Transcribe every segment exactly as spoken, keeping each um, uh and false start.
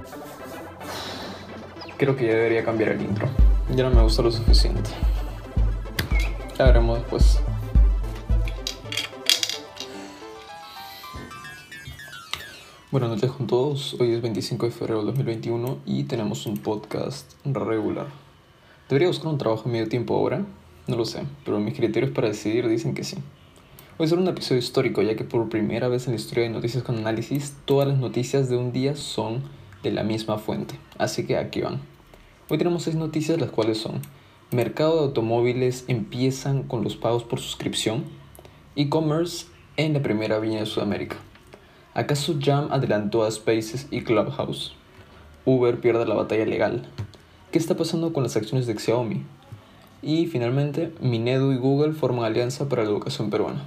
Creo que ya debería cambiar el intro. Ya no me gusta lo suficiente. Ya veremos después. Buenas noches con todos. Hoy es veinticinco de febrero de dos mil veintiuno y tenemos un podcast regular. ¿Debería buscar un trabajo a medio tiempo ahora? No lo sé, pero mis criterios para decidir dicen que sí. Hoy será un episodio histórico, ya que por primera vez en la historia de Noticias con Análisis, todas las noticias de un día son de la misma fuente. Así que aquí van. Hoy tenemos seis noticias, las cuales son: mercado de automóviles empiezan con los pagos por suscripción, e-commerce en la primera viña de Sudamérica, ¿acaso Jam adelantó a Spaces y Clubhouse? Uber pierde la batalla legal. ¿Qué está pasando con las acciones de Xiaomi? Y finalmente, Minedu y Google forman alianza para la educación peruana.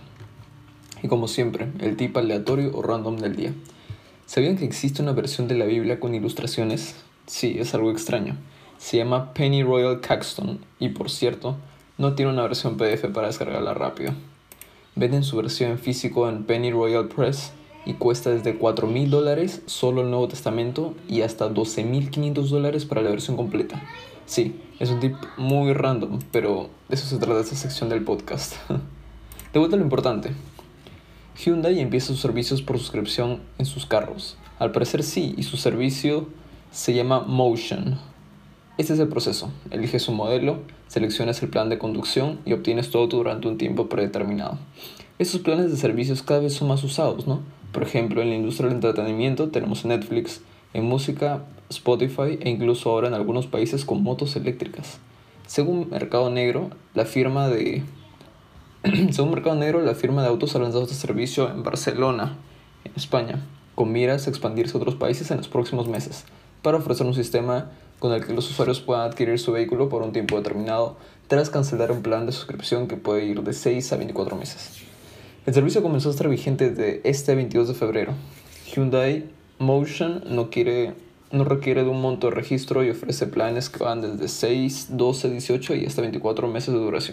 Y como siempre, el tip aleatorio o random del día. ¿Sabían que existe una versión de la Biblia con ilustraciones? Sí, es algo extraño. Se llama Pennyroyal Caxton y, por cierto, no tiene una versión P D F para descargarla rápido. Venden su versión en físico en Pennyroyal Press y cuesta desde cuatro mil dólares solo el Nuevo Testamento y hasta doce mil quinientos dólares para la versión completa. Sí, es un tip muy random, pero de eso se trata esta sección del podcast. De vuelta a lo importante. Hyundai empieza sus servicios por suscripción en sus carros. Al parecer sí, y su servicio se llama Motion. Este es el proceso. Eliges un modelo, seleccionas el plan de conducción y obtienes todo durante un tiempo predeterminado. Estos planes de servicios cada vez son más usados, ¿no? Por ejemplo, en la industria del entretenimiento tenemos Netflix, en música, Spotify e incluso ahora en algunos países con motos eléctricas. Según Mercado Negro, la firma de Según Mercado Negro, la firma de autos ha lanzado este servicio en Barcelona, en España, con miras a expandirse a otros países en los próximos meses, para ofrecer un sistema con el que los usuarios puedan adquirir su vehículo por un tiempo determinado, tras cancelar un plan de suscripción que puede ir de seis a veinticuatro meses. El servicio comenzó a estar vigente desde este veintidós de febrero. Hyundai Motion no, quiere, no requiere de un monto de registro y ofrece planes que van desde seis, doce, dieciocho y hasta veinticuatro meses de duración.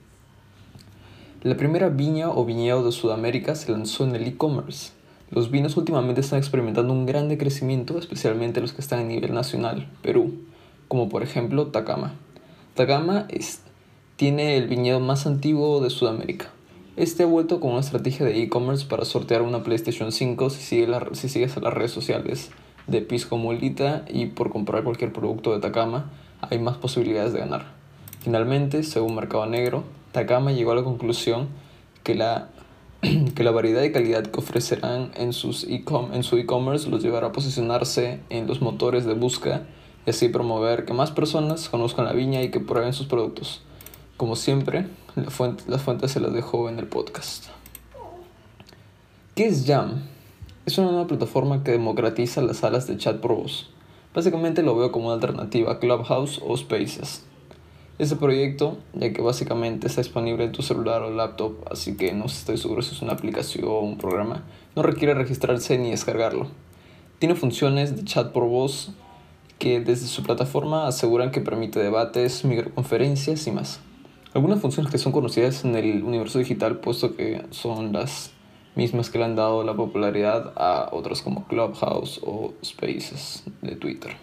La primera viña o viñedo de Sudamérica se lanzó en el e-commerce. Los vinos últimamente están experimentando un gran crecimiento, especialmente los que están a nivel nacional, Perú, como por ejemplo Takama. Takama es, tiene el viñedo más antiguo de Sudamérica. Este ha vuelto con una estrategia de e-commerce para sortear una PlayStation cinco si, sigue la, si sigues a las redes sociales de Pisco Molita, y por comprar cualquier producto de Takama hay más posibilidades de ganar. Finalmente, según Mercado Negro, Takama llegó a la conclusión que la, que la variedad y calidad que ofrecerán en, sus e-com, en su e-commerce los llevará a posicionarse en los motores de búsqueda y así promover que más personas conozcan la viña y que prueben sus productos. Como siempre, la fuente, la fuente se las dejo en el podcast. ¿Qué es Jam? Es una nueva plataforma que democratiza las salas de chat por voz. Básicamente lo veo como una alternativa a Clubhouse o Spaces. Este proyecto, ya que básicamente está disponible en tu celular o laptop, así que no estoy seguro si es una aplicación o un programa, no requiere registrarse ni descargarlo. Tiene funciones de chat por voz que desde su plataforma aseguran que permite debates, microconferencias y más. Algunas funciones que son conocidas en el universo digital, puesto que son las mismas que le han dado la popularidad a otras como Clubhouse o Spaces de Twitter.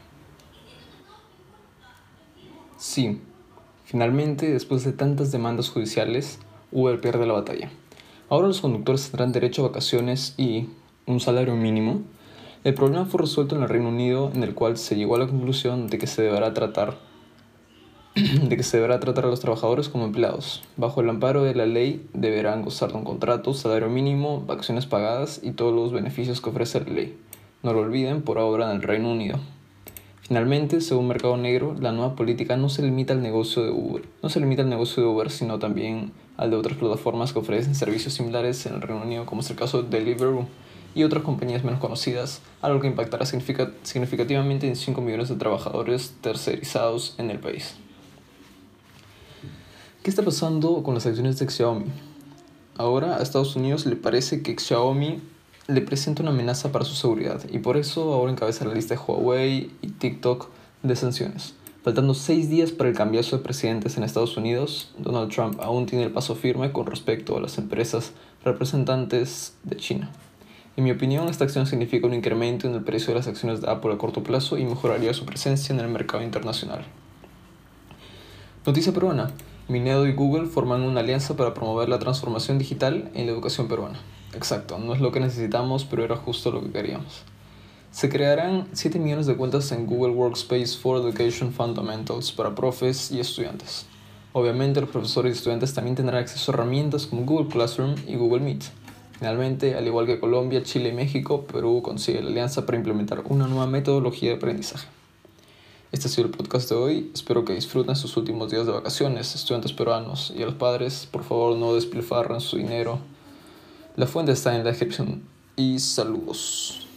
Sí. Finalmente, después de tantas demandas judiciales, Uber pierde la batalla. Ahora los conductores tendrán derecho a vacaciones y un salario mínimo. El problema fue resuelto en el Reino Unido, en el cual se llegó a la conclusión de que se deberá tratar, de que se deberá tratar a los trabajadores como empleados. Bajo el amparo de la ley, deberán gozar de un contrato, salario mínimo, vacaciones pagadas y todos los beneficios que ofrece la ley. No lo olviden, por ahora en el Reino Unido. Finalmente, según Mercado Negro, la nueva política no se limita al negocio de Uber, no se limita al negocio de Uber, sino también al de otras plataformas que ofrecen servicios similares en el Reino Unido, como es el caso de Deliveroo y otras compañías menos conocidas, algo que impactará significativamente en cinco millones de trabajadores tercerizados en el país. ¿Qué está pasando con las acciones de Xiaomi? Ahora a Estados Unidos le parece que Xiaomi le presenta una amenaza para su seguridad y por eso ahora encabeza la lista de Huawei y TikTok de sanciones. Faltando seis días para el cambiazo de presidentes en Estados Unidos, Donald Trump aún tiene el paso firme con respecto a las empresas representantes de China. En mi opinión, esta acción significa un incremento en el precio de las acciones de Apple a corto plazo y mejoraría su presencia en el mercado internacional. Noticia peruana. Minedo y Google forman una alianza para promover la transformación digital en la educación peruana. Exacto, no es lo que necesitamos, pero era justo lo que queríamos. Se crearán siete millones de cuentas en Google Workspace for Education Fundamentals para profes y estudiantes. Obviamente, los profesores y estudiantes también tendrán acceso a herramientas como Google Classroom y Google Meet. Finalmente, al igual que Colombia, Chile y México, Perú consigue la alianza para implementar una nueva metodología de aprendizaje. Este ha sido el podcast de hoy. Espero que disfruten sus últimos días de vacaciones, estudiantes peruanos, y a los padres, por favor, no despilfarren su dinero. La fuente está en la descripción. Y saludos.